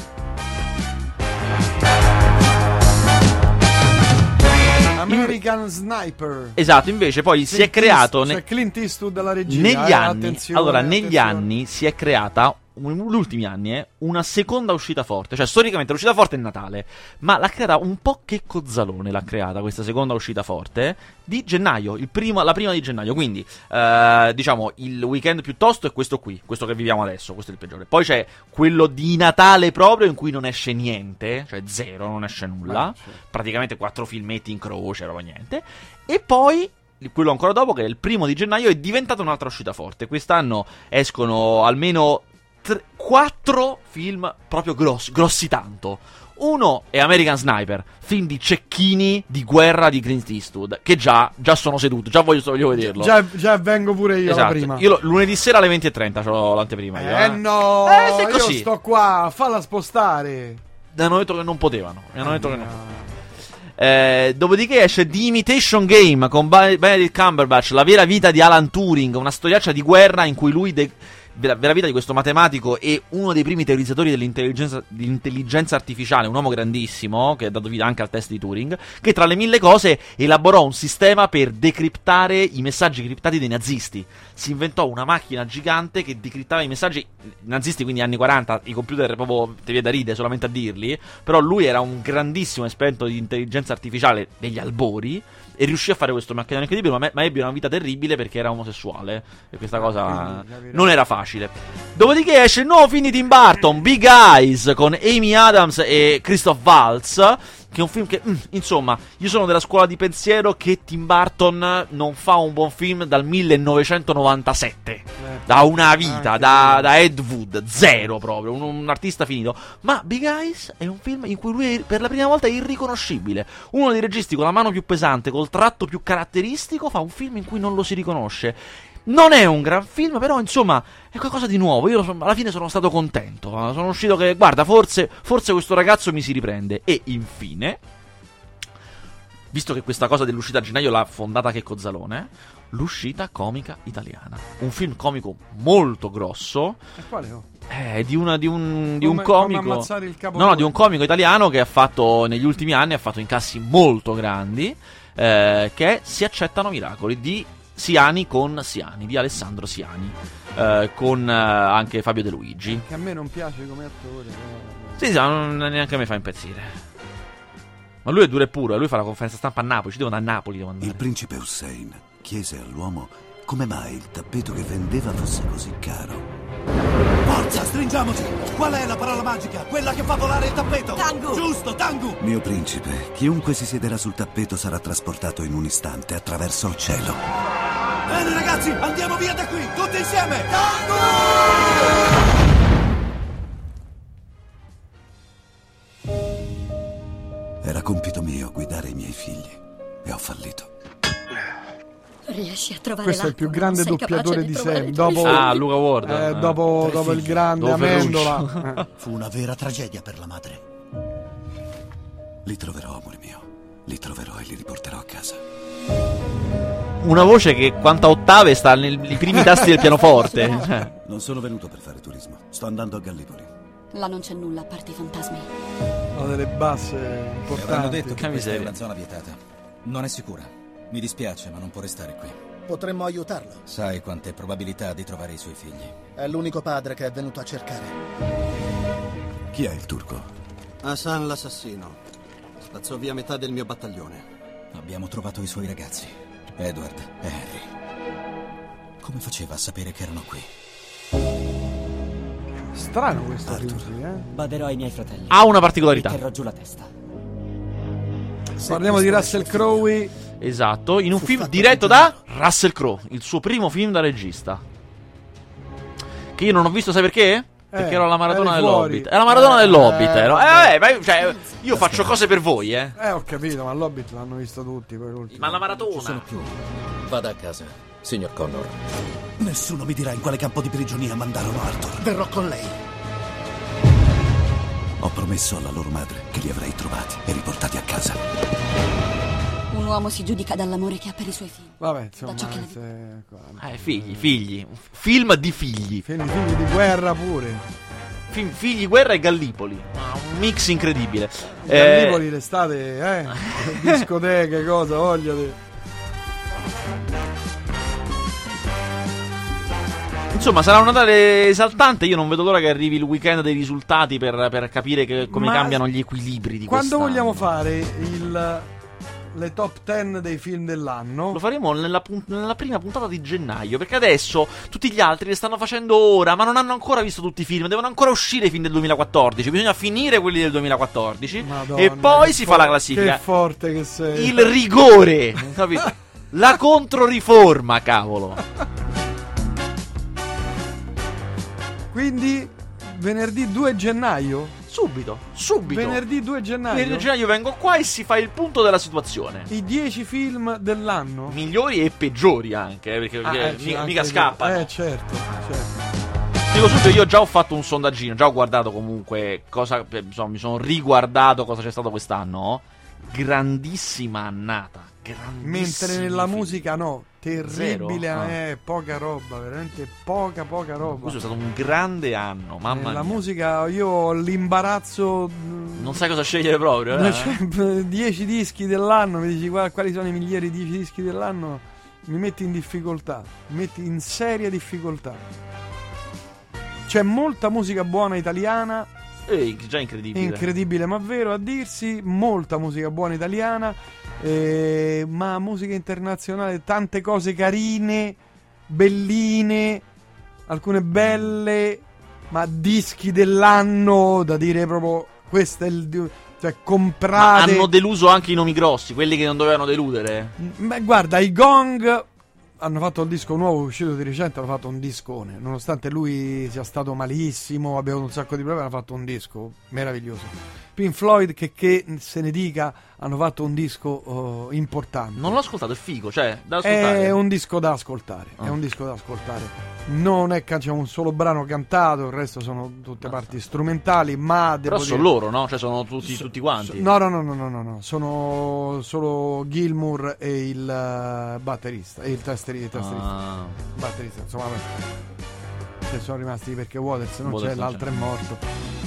American Sniper.
Esatto, invece poi si è
Clint
creato
East-
ne-
cioè Clint Eastwood alla regia.
negli
eh,
anni.
attenzione,
Allora, negli
attenzione.
anni si è creata negli ultimi anni è una seconda uscita forte, cioè storicamente l'uscita forte è Natale, ma l'ha creata un po' che Cozzalone, l'ha creata questa seconda uscita forte di gennaio, il primo, la prima di gennaio, quindi eh, diciamo il weekend più tosto è questo qui, questo che viviamo adesso, questo è il peggiore. Poi c'è quello di Natale proprio in cui non esce niente, cioè zero, non esce nulla,
Beh, certo.
praticamente quattro filmetti in croce, roba niente, e poi quello ancora dopo, che è il primo di gennaio, è diventata un'altra uscita forte. Quest'anno escono almeno tre, quattro film proprio grossi, grossi tanto. Uno è American Sniper, film di cecchini di guerra di Clint Eastwood, che già, già sono seduto, già voglio, voglio vederlo.
Già, già vengo pure io
Esatto.
la prima.
Io lo- lunedì sera alle venti e trenta c'ho l'anteprima. io,
Eh
eh.
no,
Eh, se è
io
così.
sto qua, falla spostare.
Mi hanno detto che non potevano. Mi hanno detto che no. Eh, dopodiché esce The Imitation Game con Ba- Benedict Cumberbatch, la vera vita di Alan Turing, una storiaccia di guerra in cui lui de- della, della vita di questo matematico e uno dei primi teorizzatori dell'intelligenza, dell'intelligenza artificiale, un uomo grandissimo che ha dato vita anche al test di Turing, che tra le mille cose elaborò un sistema per decriptare i messaggi criptati dei nazisti. Si inventò una macchina gigante che decriptava i messaggi nazisti, quindi anni quaranta, i computer proprio te viene da ridere solamente a dirli, però lui era un grandissimo esperto di intelligenza artificiale degli albori e riuscì a fare questo macchinone incredibile, ma, ma ebbe una vita terribile perché era omosessuale e questa cosa non era facile. Dopodiché esce il nuovo film di Tim Burton, Big Eyes, con Amy Adams e Christoph Waltz, che è un film che, mm, insomma, io sono della scuola di pensiero che Tim Burton non fa un buon film dal millenovecentonovantasette, eh, da una vita, da, da Ed Wood, zero proprio, un, un artista finito. Ma Big Eyes è un film in cui lui è, per la prima volta è irriconoscibile. Uno dei registi con la mano più pesante, col tratto più caratteristico, fa un film in cui non lo si riconosce. Non è un gran film, però insomma è qualcosa di nuovo. Io alla fine sono stato contento. Sono uscito che, guarda, forse, forse questo ragazzo mi si riprende. E infine, visto che questa cosa dell'uscita a gennaio l'ha fondata Checco Zalone, l'uscita comica italiana. Un film comico molto grosso.
E quale ho?
Eh, di, una, di un, di
come,
un comico.
Come ammazzare il capo
no, no, di un comico italiano che ha fatto negli ultimi anni, ha fatto incassi molto grandi. Eh, che è Si accettano miracoli, di Siani con Siani, di Alessandro Siani, eh, con eh, anche Fabio De Luigi.
Che a me non piace come attore.
Sì, sì, non, neanche a me fa impazzire. Ma lui è duro e puro, lui fa la conferenza stampa a Napoli, ci devono andare a Napoli, devo andare.
Il principe Hussein chiese all'uomo come mai il tappeto che vendeva fosse così caro.
Forza, stringiamoci! Qual è la parola magica? Quella che fa volare il tappeto! Tangu! Giusto, Tangu!
Mio principe, chiunque si siederà sul tappeto sarà trasportato in un istante attraverso il cielo.
Bene ragazzi, andiamo via da qui, tutti insieme! Tangu!
Era compito mio guidare i miei figli e ho fallito.
Riesci a trovare
Questo è il più grande doppiatore di, di sempre. Dopo,
ah, Luca Ward.
Eh, eh. Dopo, dopo il grande Amendola.
Eh. Fu una vera tragedia per la madre.
Li troverò, amore mio. Li troverò e li riporterò a casa.
Una voce che quanta ottave sta nei primi tasti del pianoforte.
Non sono venuto per fare turismo. Sto andando a Gallipoli.
Là non c'è nulla a parte i fantasmi.
Ho delle basse importanti.
Mi hanno detto che questa è una zona vietata. Non è sicura. Mi dispiace, ma non può restare qui.
Potremmo aiutarlo.
Sai quante probabilità di trovare i suoi figli?
È l'unico padre che è venuto a cercare.
Chi è il turco?
Hassan l'assassino. Spazzò via metà del mio battaglione.
Abbiamo trovato i suoi ragazzi, Edward e Harry. Come faceva a sapere che erano qui?
Strano questo film, eh?
Baderò ai miei fratelli.
Ha una particolarità.
Terrò giù la testa.
Parliamo di Russell Crowe.
Esatto, in un film diretto da Russell Crowe, il suo primo film da regista. Che io non ho visto, sai perché? Perché eh, ero alla maratona dell'Hobbit. È la maratona eh, dell'Hobbit, eh, ero. Eh, vabbè, cioè, io faccio cose per voi, eh.
Eh, ho capito, ma l'Hobbit l'hanno visto tutti. Poi
ma la maratona.
Ci sono più. Vada a casa, signor Connor.
Nessuno mi dirà in quale campo di prigionia mandarono Arthur. Verrò con lei.
Ho promesso alla loro madre che li avrei trovati e riportati a casa.
Un uomo si giudica dall'amore che ha per i suoi figli.
Vabbè, insomma,
da ciò che
se...
eh, figli, figli. Film di figli.
Figli, figli di guerra pure.
Film, figli, guerra e Gallipoli. Un mix incredibile.
Gallipoli
eh...
l'estate, eh? Discoteche, cosa, voglia di...
Insomma, sarà un Natale esaltante. Io non vedo l'ora che arrivi il weekend dei risultati per, per capire che, come Ma cambiano gli equilibri di
quando
quest'anno.
Vogliamo fare il... le top dieci dei film dell'anno?
Lo faremo nella, nella prima puntata di gennaio, perché adesso tutti gli altri le stanno facendo ora, ma non hanno ancora visto tutti i film. Devono ancora uscire i film del duemilaquattordici. Bisogna finire quelli del duemilaquattordici. Madonna, e poi si fa la classifica.
Che forte che sei.
Il rigore, capito? La controriforma, cavolo.
Quindi venerdì due gennaio?
Subito, subito.
Venerdì due gennaio.
Venerdì gennaio vengo qua e si fa il punto della situazione.
I dieci film dell'anno.
Migliori e peggiori anche, eh, perché,
ah,
perché
eh,
mica,
mica
scappano.
Eh, certo, certo.
Dico subito, io già ho fatto un sondaggino, già ho guardato comunque cosa, insomma, mi sono riguardato cosa c'è stato quest'anno. grandissima annata.
Mentre nella musica no, terribile,
ah.
eh, poca roba, veramente poca poca roba.
Questo è stato un grande anno, mamma
nella
mia.
musica io ho l'imbarazzo,
non sai cosa scegliere proprio, eh?
Cioè, dieci dischi dell'anno, mi dici quali sono i migliori dieci dischi dell'anno, mi metti in difficoltà, mi metti in seria difficoltà. C'è molta musica buona italiana.
Ehi, già incredibile.
Incredibile, ma vero a dirsi, molta musica buona italiana. Eh, ma musica internazionale, tante cose carine, belline, alcune belle, ma dischi dell'anno da dire proprio questo è il, cioè comprate.
Ma hanno deluso anche i nomi grossi, quelli che non dovevano deludere.
Beh, guarda, i Gong hanno fatto il disco nuovo uscito di recente, hanno fatto un discone, nonostante lui sia stato malissimo, abbia avuto un sacco di problemi, hanno fatto un disco meraviglioso. Pink Floyd, che, che se ne dica, hanno fatto un disco uh, importante.
Non l'ho ascoltato, è figo, cioè da ascoltare.
È un disco da ascoltare,
oh.
è un disco da ascoltare. Non è che c'è un solo brano cantato, il resto sono tutte parti strumentali, ma devo
però sono
dire,
loro, no? Cioè sono tutti,
so,
tutti quanti.
So, no, no, no, no, no, no, no, sono solo Gilmour e il uh, batterista, e il tasterista,
ah.
batterista, insomma, se sono rimasti perché Waters non Waters c'è, non l'altro c'è. È morto.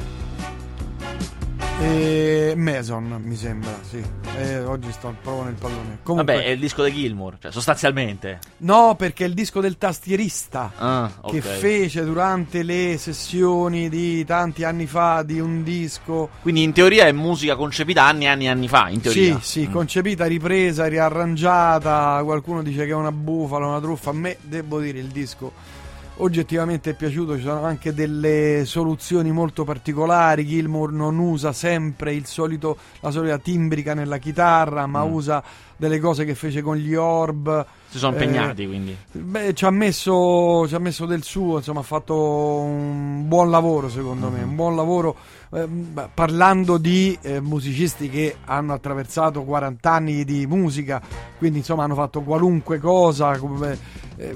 E Mason mi sembra, sì. E oggi sto proprio nel pallone. Comunque,
vabbè, è il disco di Gilmour, cioè sostanzialmente.
No, perché è il disco del tastierista
ah, okay.
che fece durante le sessioni di tanti anni fa di un disco.
Quindi in teoria è musica concepita anni e anni e anni fa, in teoria.
Sì, sì,
mm.
concepita, ripresa, riarrangiata. Qualcuno dice che è una bufala, una truffa. A me, devo dire, il disco oggettivamente è piaciuto, ci sono anche delle soluzioni molto particolari. Gilmour non usa sempre il solito, la solita timbrica nella chitarra, ma mm. usa delle cose che fece con gli Orb.
Si sono impegnati, eh, quindi.
Beh, ci ha messo, ci ha messo del suo, insomma, ha fatto un buon lavoro, secondo mm-hmm. me, un buon lavoro. Eh, parlando di eh, musicisti che hanno attraversato quaranta anni di musica, quindi insomma hanno fatto qualunque cosa. Come, eh,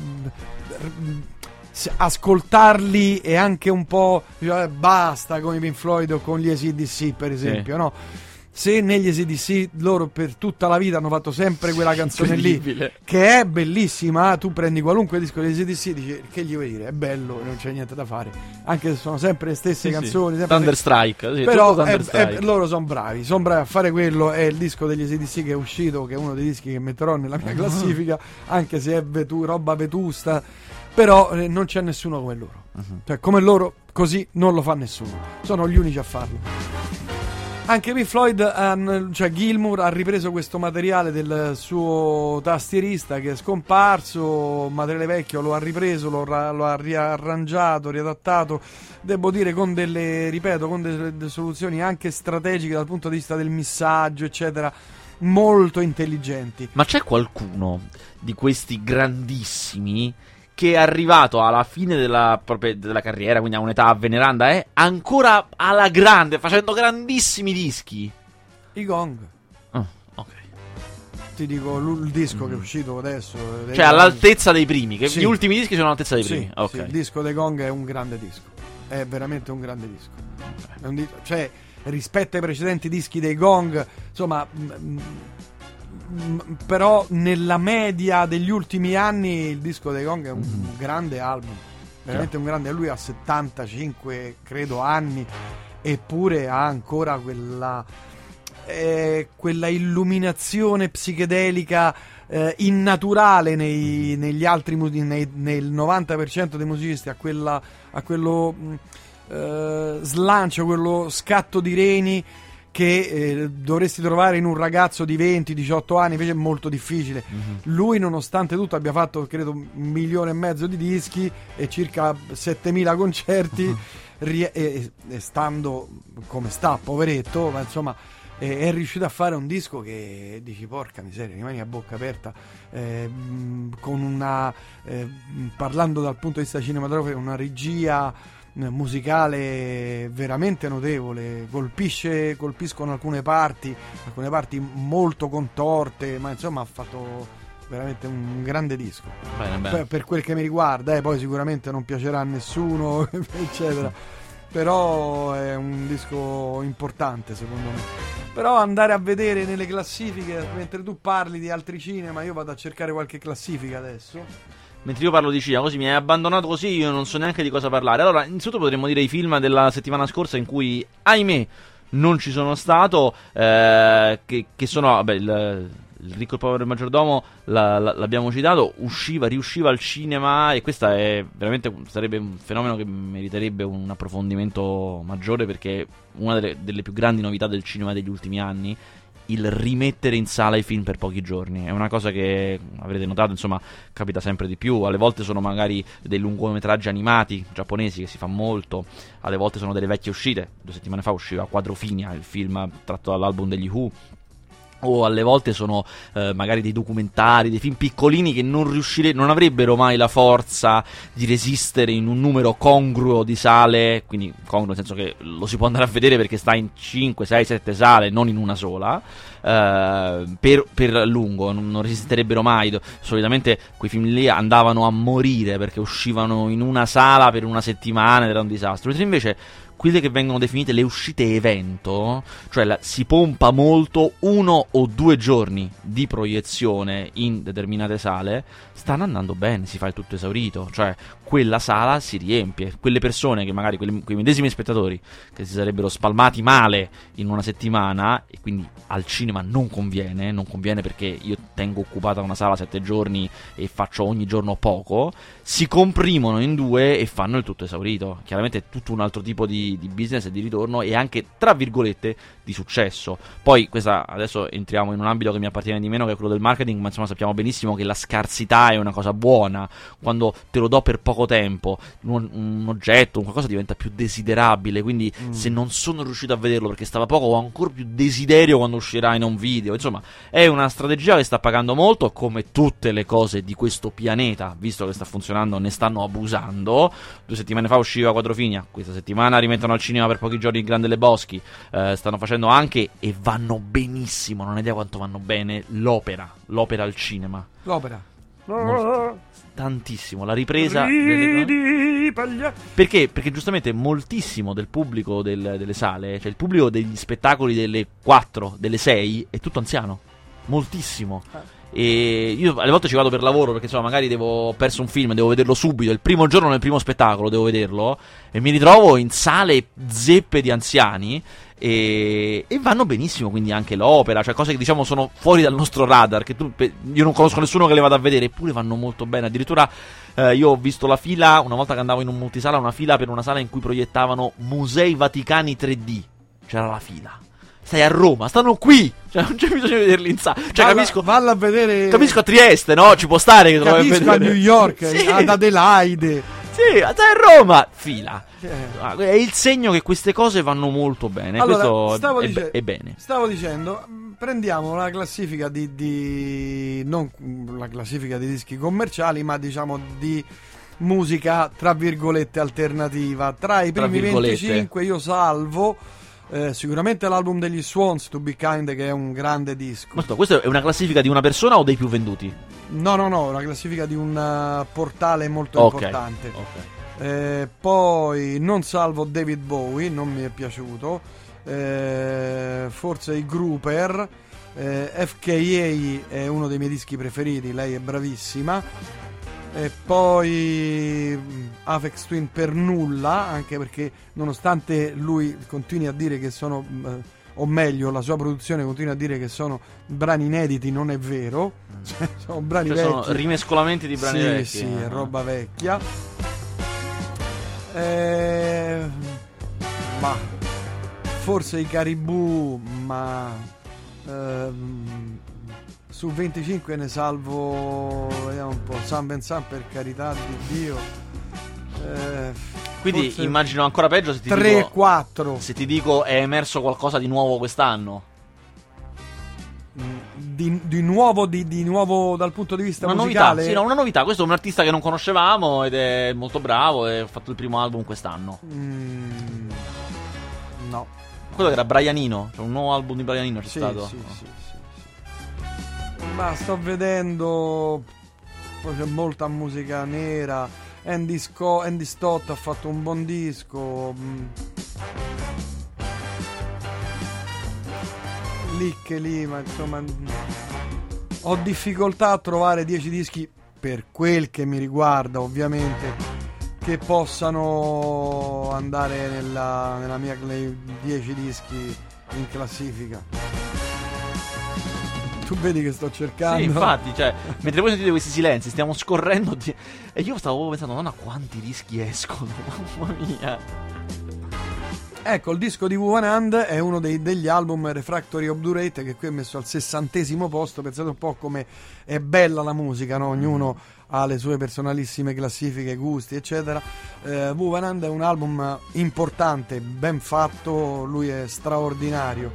eh, ascoltarli e anche un po' cioè, basta con i Pink Floyd o con gli A C D C per esempio, sì. no? Se negli A C D C loro per tutta la vita hanno fatto sempre quella canzone lì che è bellissima, tu prendi qualunque disco degli A C D C e dici che gli vuoi dire, è bello e non c'è niente da fare, anche se sono sempre le stesse sì, canzoni,
sì. Thunderstrike, sì,
però
Thunderstrike.
È, è, loro sono bravi, sono bravi a fare quello. È il disco degli A C D C che è uscito, che è uno dei dischi che metterò nella mia classifica, anche se è vetu- roba vetusta, però eh, non c'è nessuno come loro, uh-huh. cioè come loro così non lo fa nessuno, sono gli unici a farlo. Anche Pink Floyd, cioè Gilmour ha ripreso questo materiale del suo tastierista che è scomparso, materiale vecchio, lo ha ripreso, lo, lo ha riarrangiato, riadattato, devo dire con delle, ripeto, con delle, delle soluzioni anche strategiche dal punto di vista del missaggio, eccetera, molto intelligenti.
Ma c'è qualcuno di questi grandissimi che è arrivato alla fine della, propria, della carriera, quindi a un'età veneranda, è ancora alla grande, facendo grandissimi dischi?
I Gong.
Oh, ok.
Ti dico il disco mm. che è uscito adesso.
Cioè Gong. All'altezza dei primi, che
sì.
gli ultimi dischi sono all'altezza dei
sì,
primi. Okay.
Sì, il disco dei Gong è un grande disco. È veramente un grande disco. Okay. È un disco, cioè, rispetto ai precedenti dischi dei Gong, insomma... M- però nella media degli ultimi anni il disco dei Gong è un mm. grande album, veramente un grande. Lui ha settantacinque credo anni, eppure ha ancora quella eh, quella illuminazione psichedelica eh, innaturale nei, negli altri nei, nel novanta per cento dei musicisti, a quella a quello eh, slancio, quello scatto di reni che eh, dovresti trovare in un ragazzo di venti diciotto anni, invece è molto difficile. Mm-hmm. Lui, nonostante tutto, abbia fatto credo un milione e mezzo di dischi e circa settemila concerti, mm-hmm. rie- e, e stando come sta, poveretto, ma insomma eh, è riuscito a fare un disco che dici porca miseria, rimani a bocca aperta, eh, con una eh, parlando dal punto di vista cinematografico, una regia musicale veramente notevole, colpisce colpiscono alcune parti alcune parti molto contorte, ma insomma ha fatto veramente un grande disco.
Bene, bene.
Per, per quel che mi riguarda, eh, poi sicuramente non piacerà a nessuno eccetera, però è un disco importante secondo me. Però andare a vedere nelle classifiche, mentre tu parli di altri cinema, io vado a cercare qualche classifica adesso.
Mentre io parlo di cinema, così mi hai abbandonato così, io non so neanche di cosa parlare. Allora, innanzitutto potremmo dire i film della settimana scorsa in cui, ahimè, non ci sono stato, eh, che, che sono, vabbè, il... Il ricco e il povero maggiordomo la, la, l'abbiamo citato, usciva, riusciva al cinema, e questo è veramente sarebbe un fenomeno che meriterebbe un approfondimento maggiore, perché è una delle, delle più grandi novità del cinema degli ultimi anni, il rimettere in sala i film per pochi giorni. È una cosa che avrete notato, insomma, capita sempre di più. Alle volte sono magari dei lungometraggi animati giapponesi, che si fa molto, alle volte sono delle vecchie uscite. Due settimane fa usciva Quadrofinia, il film tratto dall'album degli Who, o alle volte sono eh, magari dei documentari, dei film piccolini che non riuscire, non avrebbero mai la forza di resistere in un numero congruo di sale, quindi congruo nel senso che lo si può andare a vedere perché sta in cinque, sei, sette sale, non in una sola, eh, per, per lungo, non, non resisterebbero mai. Solitamente quei film lì andavano a morire perché uscivano in una sala per una settimana ed era un disastro, mentre invece quelle che vengono definite le uscite evento, cioè la, si pompa molto, uno o due giorni di proiezione in determinate sale, stanno andando bene, si fa il tutto esaurito, cioè quella sala si riempie, quelle persone che magari, quelli, quei medesimi spettatori che si sarebbero spalmati male in una settimana, e quindi al cinema non conviene, non conviene perché io tengo occupata una sala sette giorni e faccio ogni giorno poco, si comprimono in due e fanno il tutto esaurito. Chiaramente è tutto un altro tipo di, di business e di ritorno, e anche, tra virgolette, di successo. Poi questa, adesso entriamo in un ambito che mi appartiene di meno, che è quello del marketing, ma insomma sappiamo benissimo che la scarsità è una cosa buona. Quando te lo do per poco tempo, un, un oggetto, un qualcosa diventa più desiderabile, quindi mm. se non sono riuscito a vederlo perché stava poco, ho ancora più desiderio quando uscirà in un video. Insomma, è una strategia che sta pagando molto, come tutte le cose di questo pianeta, visto che sta funzionando, ne stanno abusando. Due settimane fa usciva Quadrofinia, questa settimana rimettono al cinema per pochi giorni il Grande Lebowski, eh, stanno facendo anche, e vanno benissimo, non ho idea quanto vanno bene, l'opera, l'opera al cinema.
L'opera.
Molto, tantissimo, la ripresa delle... Perché? Perché giustamente moltissimo del pubblico del, delle sale, cioè il pubblico degli spettacoli delle quattro, delle sei, è tutto anziano, moltissimo. E io alle volte ci vado per lavoro perché insomma magari devo, ho perso un film, devo vederlo subito, il primo giorno nel primo spettacolo devo vederlo, e mi ritrovo in sale zeppe di anziani, e, e vanno benissimo, quindi anche l'opera, cioè cose che diciamo sono fuori dal nostro radar, che tu, io non conosco nessuno che le vada a vedere, eppure vanno molto bene. Addirittura eh, io ho visto la fila, una volta che andavo in un multisala, una fila per una sala in cui proiettavano Musei Vaticani tre D, c'era la fila. Stai a Roma, stanno qui, cioè non c'è bisogno di vederli in sala. Cioè,
valla,
capisco,
valla a vedere.
Capisco a Trieste, no? Ci può stare che
capisco a vedere. New York, sì. Ad Adelaide.
Sì, stai a Roma, fila. Eh. È il segno che queste cose vanno molto bene.
Allora,
questo
stavo
è,
dice-
è bene.
Stavo dicendo, prendiamo la classifica di, di non la classifica di dischi commerciali, ma diciamo di musica tra virgolette alternativa. Tra i primi venticinque io salvo Eh, sicuramente l'album degli Swans, To Be Kind, che è un grande disco.
Ma sto, questa è una classifica di una persona o dei più venduti?
No, no, no, una classifica di un uh, portale molto
okay.
importante.
Okay.
Eh, poi non salvo David Bowie, non mi è piaciuto. Eh, forse i Grouper. Eh, F K A è uno dei miei dischi preferiti, lei è bravissima. E poi Aphex Twin per nulla, anche perché nonostante lui continui a dire che sono, o meglio la sua produzione continua a dire che sono brani inediti, non è vero. mm. Cioè, sono brani
cioè,
vecchi,
sono rimescolamenti di brani
sì,
vecchi.
Sì,
eh.
è roba vecchia. eh, ma forse i Caribou, ma ehm, su venticinque ne salvo, vediamo un po', Sam Ben Sam, per carità di Dio. Eh,
Quindi immagino ancora peggio se ti
tre,
dico
quattro.
Se ti dico è emerso qualcosa di nuovo quest'anno.
Di, di nuovo di, di nuovo dal punto di vista
una
musicale?
Novità, sì, no, una novità. Questo è un artista che non conoscevamo ed è molto bravo e ha fatto il primo album quest'anno.
Mm, no.
Quello che era Brianino, cioè un nuovo album di Brianino c'è
sì,
stato.
Sì, oh. sì, sì. Ma sto vedendo, poi c'è molta musica nera, Andy, Sco- Andy Stott ha fatto un buon disco. Lì che lì, ma insomma ho difficoltà a trovare dieci dischi, per quel che mi riguarda ovviamente, che possano andare nella, nella mia dieci dischi in classifica. Tu vedi che sto cercando.
Sì, infatti, cioè, mentre voi sentite questi silenzi, stiamo scorrendo di... e io stavo pensando, non a quanti dischi escono, mamma mia.
Ecco, il disco di Wu Van Hand è uno dei, degli album Refractory Obdurate, che qui è messo al sessantesimo posto. Pensate un po' come è bella la musica, no? Ognuno ha le sue personalissime classifiche, gusti, eccetera. eh, Wu Van Hand è un album importante, ben fatto, lui è straordinario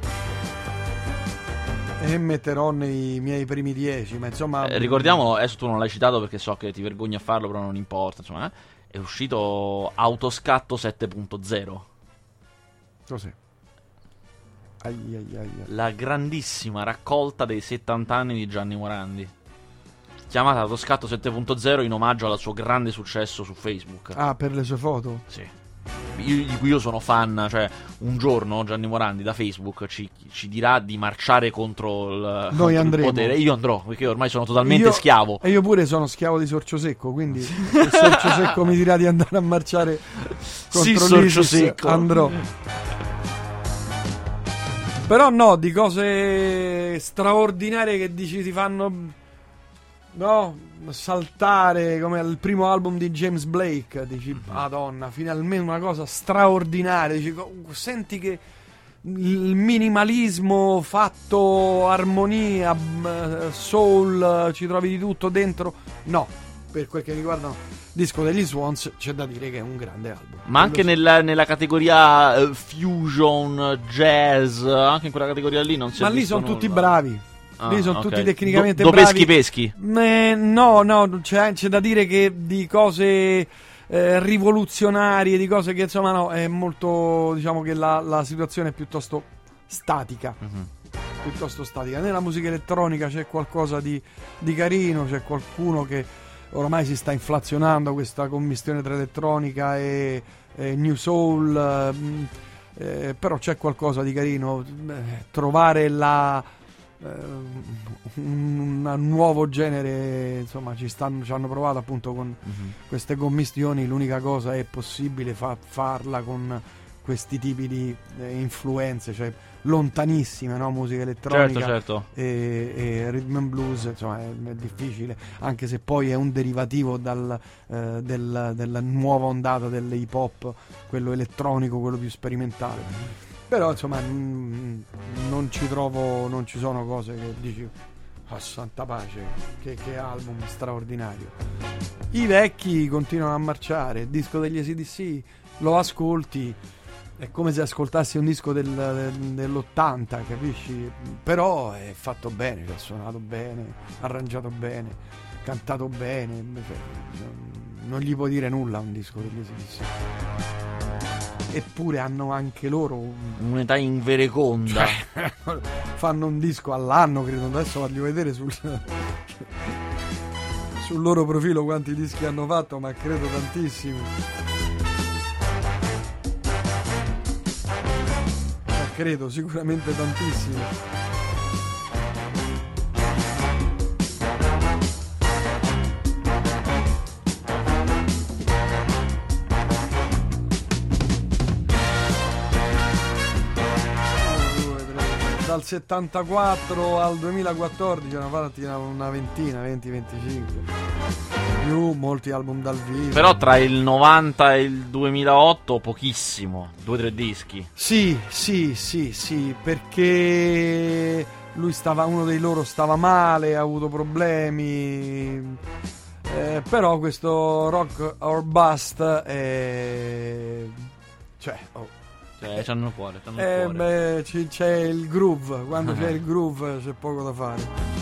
e metterò nei miei primi dieci, ma insomma...
Eh, ricordiamo, adesso tu non l'hai citato perché so che ti vergogni a farlo, però non importa, insomma, eh? È uscito Autoscatto sette punto zero.
Così. Ai, ai, ai, ai.
La grandissima raccolta dei settanta anni di Gianni Morandi, chiamata Autoscatto sette punto zero in omaggio al suo grande successo su Facebook.
Ah, per le sue foto?
Sì. Io, di cui io sono fan, cioè un giorno Gianni Morandi da Facebook ci, ci dirà di marciare contro il,
Noi
contro
andremo.
il potere. Io andrò, perché ormai sono totalmente
io,
schiavo.
E io pure sono schiavo di Sorcio Secco, quindi se Sorcio Secco mi dirà di andare a marciare contro
sì,
l'ISIS,
Secco.
andrò. Però no, di cose straordinarie che dici ti fanno, no, saltare, come il primo album di James Blake, dici Madonna, finalmente una cosa straordinaria, dici, senti che il minimalismo fatto, armonia, soul, ci trovi di tutto dentro. No, per quel che riguarda no. Disco degli Swans, c'è da dire che è un grande album.
Ma anche nella, nella categoria uh, fusion, jazz, anche in quella categoria lì non si è
Ma lì
visto
sono
nulla.
tutti bravi.
Ah,
lì sono
okay.
tutti tecnicamente
Do, do
bravi.
peschi peschi?
Eh, no, no, c'è, c'è da dire che di cose eh, rivoluzionarie, di cose che insomma no, è molto, diciamo che la, la situazione è piuttosto statica. Mm-hmm. Piuttosto statica. Nella musica elettronica c'è qualcosa di, di carino, c'è qualcuno che ormai si sta inflazionando, questa commistione tra elettronica e, e new soul, eh, però c'è qualcosa di carino. Eh, trovare la eh, un, un nuovo genere, insomma, ci stanno, ci hanno provato appunto con uh-huh. queste commistioni. L'unica cosa è possibile fa, farla con questi tipi di eh, influenze, cioè lontanissime, no? Musica elettronica,
certo, certo.
E, e rhythm and blues, insomma, è, è difficile, anche se poi è un derivativo dal, eh, del, della nuova ondata dell'hip hop, quello elettronico, quello più sperimentale. Però insomma mh, non ci trovo, non ci sono cose che dici a santa pace, che, che album straordinario. I vecchi continuano a marciare, il disco degli A C D C lo ascolti, è come se ascoltassi un disco del, del, dell'ottanta, capisci? Però è fatto bene, cioè, suonato bene, arrangiato bene, cantato bene, cioè, non, non gli puoi dire nulla a un disco degli A C D C. Eppure hanno anche loro un...
un'età invereconda,
cioè, fanno un disco all'anno, credo. Adesso voglio vedere sul sul loro profilo quanti dischi hanno fatto, ma credo tantissimi. Credo, sicuramente tantissimi. Dal settantaquattro al duemilaquattordici hanno fatti una ventina, venti venticinque. Più molti album dal vivo.
Però tra il novanta e il duemilaotto pochissimo, due o tre dischi.
Sì, sì, sì, sì, perché lui stava, uno dei loro stava male, ha avuto problemi. Eh, però questo Rock or Bust è... cioè, oh.
Cioè, c'hanno il cuore, c'hanno il
eh,
cuore.
Beh, c- c'è il groove, quando c'è il groove c'è poco da fare.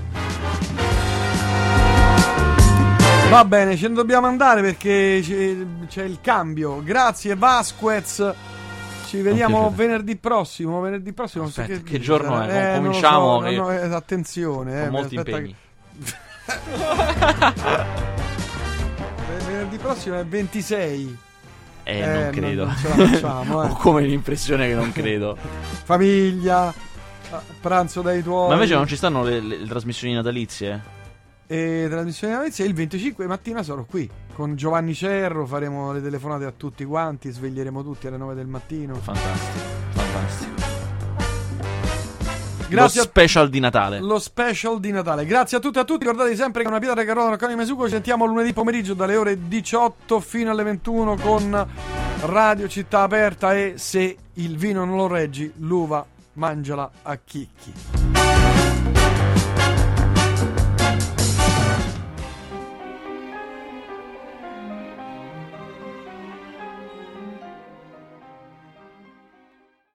Va bene, ce ne dobbiamo andare perché c'è, c'è il cambio. Grazie Vasquez. Ci vediamo venerdì prossimo. Venerdì prossimo.
Aspetta,
che,
che giorno è?
Eh,
Cominciamo.
So, che... no, eh, attenzione,
con
eh,
molti
aspetta
impegni.
Che... venerdì venerdì prossimo è ventisei.
Eh,
Eh,
non credo.
non- non ce la facciamo, eh.
Ho come l'impressione che non credo.
Famiglia, pranzo dai tuoi.
Ma invece non ci stanno le, le- le trasmissioni natalizie?
E trasmissione natalizia il venticinque mattina sarò qui con Giovanni Cerro, faremo le telefonate a tutti quanti, sveglieremo tutti alle nove del mattino.
Fantastico, fantastico.
Grazie
Lo special di Natale.
Lo special di Natale. Grazie a tutti e a tutti. Ricordatevi sempre che una pietra che rotola con i Mesugo. Ci sentiamo lunedì pomeriggio dalle ore diciotto fino alle ventuno con Radio Città Aperta. E se il vino non lo reggi, l'uva mangiala a chicchi.